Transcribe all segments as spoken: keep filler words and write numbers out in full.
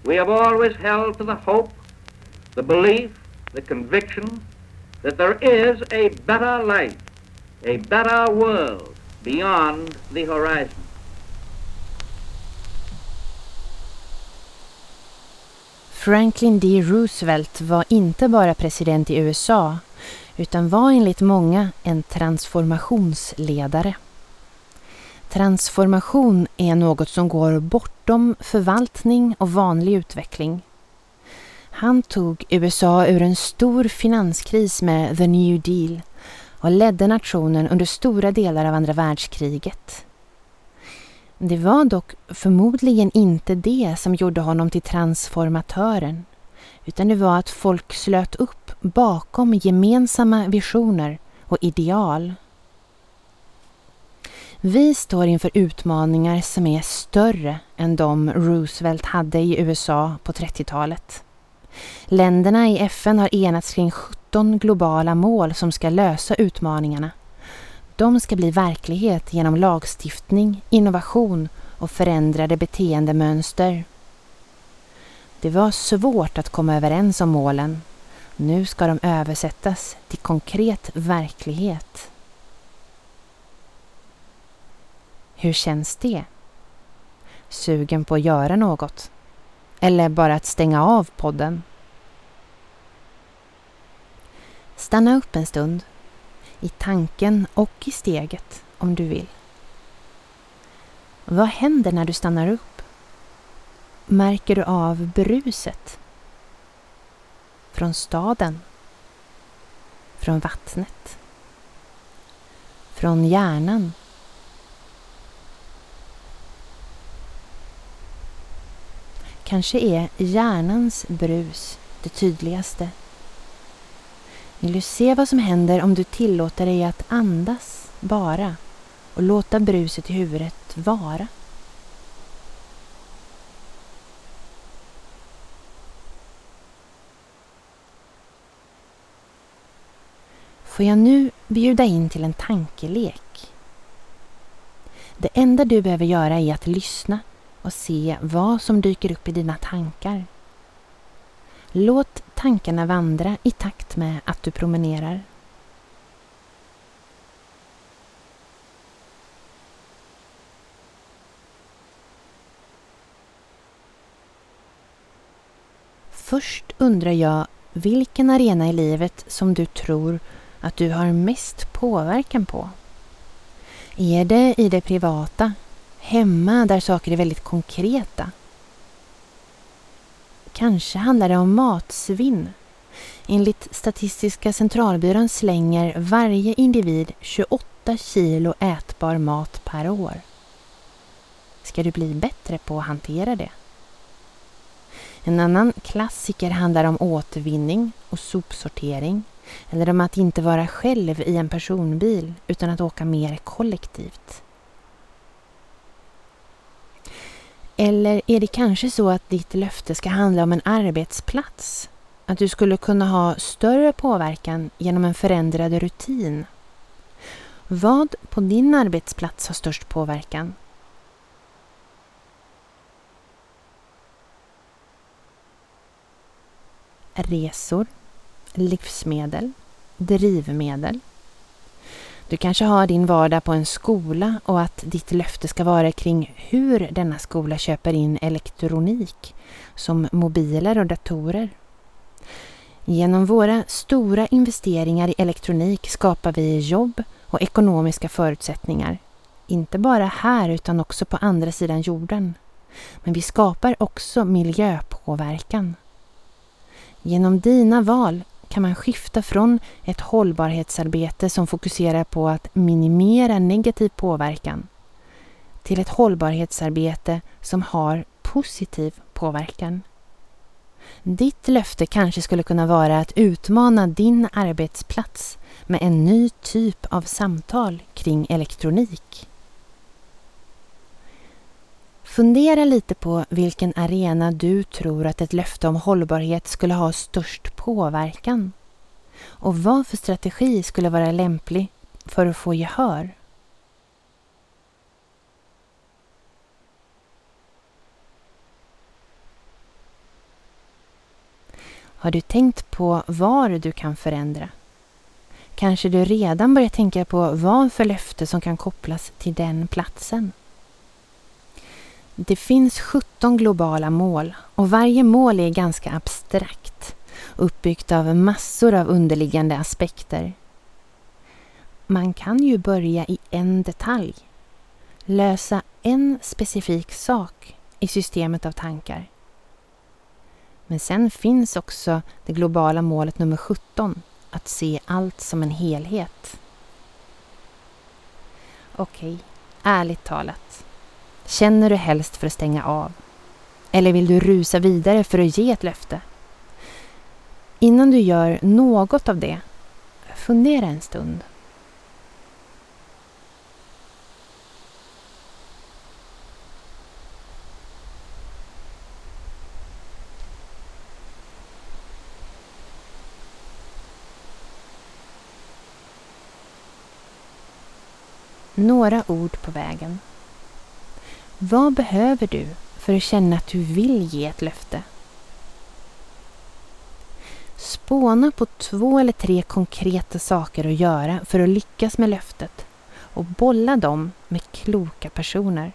We have always held to the hope, the belief, the conviction that there is a better life, a better world beyond the horizon. Franklin D. Roosevelt var inte bara president i U S A utan var enligt många en transformationsledare. Transformation är något som går bortom förvaltning och vanlig utveckling. Han tog U S A ur en stor finanskris med The New Deal och ledde nationen under stora delar av andra världskriget. Det var dock förmodligen inte det som gjorde honom till transformatören, utan det var att folk slöt upp bakom gemensamma visioner och ideal. Vi står inför utmaningar som är större än de Roosevelt hade i U S A på trettiotalet. Länderna i F N har enats kring sjutton globala mål som ska lösa utmaningarna. De ska bli verklighet genom lagstiftning, innovation och förändrade beteendemönster. Det var svårt att komma överens om målen. Nu ska de översättas till konkret verklighet. Hur känns det? Sugen på att göra något? Eller bara att stänga av podden? Stanna upp en stund. I tanken och i steget om du vill. Vad händer när du stannar upp? Märker du av bruset? Från staden? Från vattnet? Från hjärnan? Kanske är hjärnans brus det tydligaste. Vill du se vad som händer om du tillåter dig att andas bara och låta bruset i huvudet vara? Får jag nu bjuda in till en tankelek? Det enda du behöver göra är att lyssna och se vad som dyker upp i dina tankar. Låt tankarna vandra i takt med att du promenerar. Först undrar jag vilken arena i livet som du tror att du har mest påverkan på. Är det i det privata, hemma där saker är väldigt konkreta? Kanske handlar det om matsvinn. Enligt Statistiska centralbyrån slänger varje individ tjugoåtta kilo ätbar mat per år. Ska du bli bättre på att hantera det? En annan klassiker handlar om återvinning och sopsortering, eller om att inte vara själv i en personbil utan att åka mer kollektivt. Eller är det kanske så att ditt löfte ska handla om en arbetsplats? Att du skulle kunna ha större påverkan genom en förändrad rutin? Vad på din arbetsplats har störst påverkan? Resor, livsmedel, drivmedel. Du kanske har din vardag på en skola och att ditt löfte ska vara kring hur denna skola köper in elektronik som mobiler och datorer. Genom våra stora investeringar i elektronik skapar vi jobb och ekonomiska förutsättningar. Inte bara här utan också på andra sidan jorden. Men vi skapar också miljöpåverkan. Genom dina val kan man skifta från ett hållbarhetsarbete som fokuserar på att minimera negativ påverkan till ett hållbarhetsarbete som har positiv påverkan. Ditt löfte kanske skulle kunna vara att utmana din arbetsplats med en ny typ av samtal kring elektronik. Fundera lite på vilken arena du tror att ett löfte om hållbarhet skulle ha störst påverkan och vad för strategi skulle vara lämplig för att få gehör. Har du tänkt på var du kan förändra? Kanske du redan börjar tänka på vad för löfte som kan kopplas till den platsen. Det finns sjutton globala mål och varje mål är ganska abstrakt, uppbyggt av massor av underliggande aspekter. Man kan ju börja i en detalj, lösa en specifik sak i systemet av tankar. Men sen finns också det globala målet nummer sjutton, att se allt som en helhet. Okej, ärligt talat. Känner du helst för att stänga av? Eller vill du rusa vidare för att ge ett löfte? Innan du gör något av det, fundera en stund. Några ord på vägen. Vad behöver du för att känna att du vill ge ett löfte? Spåna på två eller tre konkreta saker att göra för att lyckas med löftet och bolla dem med kloka personer.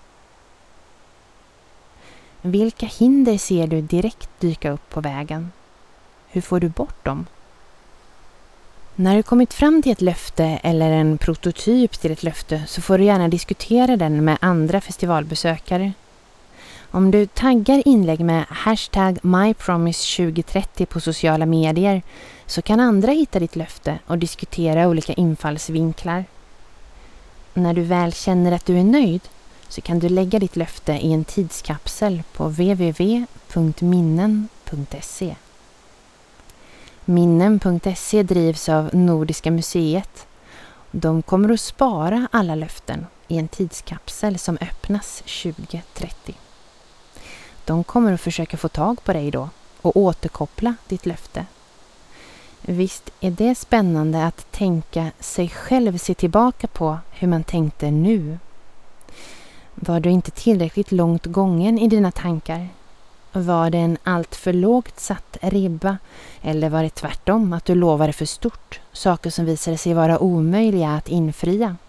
Vilka hinder ser du direkt dyka upp på vägen? Hur får du bort dem? När du kommit fram till ett löfte eller en prototyp till ett löfte så får du gärna diskutera den med andra festivalbesökare. Om du taggar inlägg med hashtag MyPromise tjugo trettio på sociala medier så kan andra hitta ditt löfte och diskutera olika infallsvinklar. När du väl känner att du är nöjd så kan du lägga ditt löfte i en tidskapsel på w w w punkt minnen punkt se. Minnen punkt se drivs av Nordiska museet. De kommer att spara alla löften i en tidskapsel som öppnas tjugo trettio. De kommer att försöka få tag på dig då och återkoppla ditt löfte. Visst är det spännande att tänka sig själv se tillbaka på hur man tänkte nu. Var du inte tillräckligt långt gången i dina tankar? Var det en allt för lågt satt ribba eller var det tvärtom att du lovade för stort, saker som visade sig vara omöjliga att infria?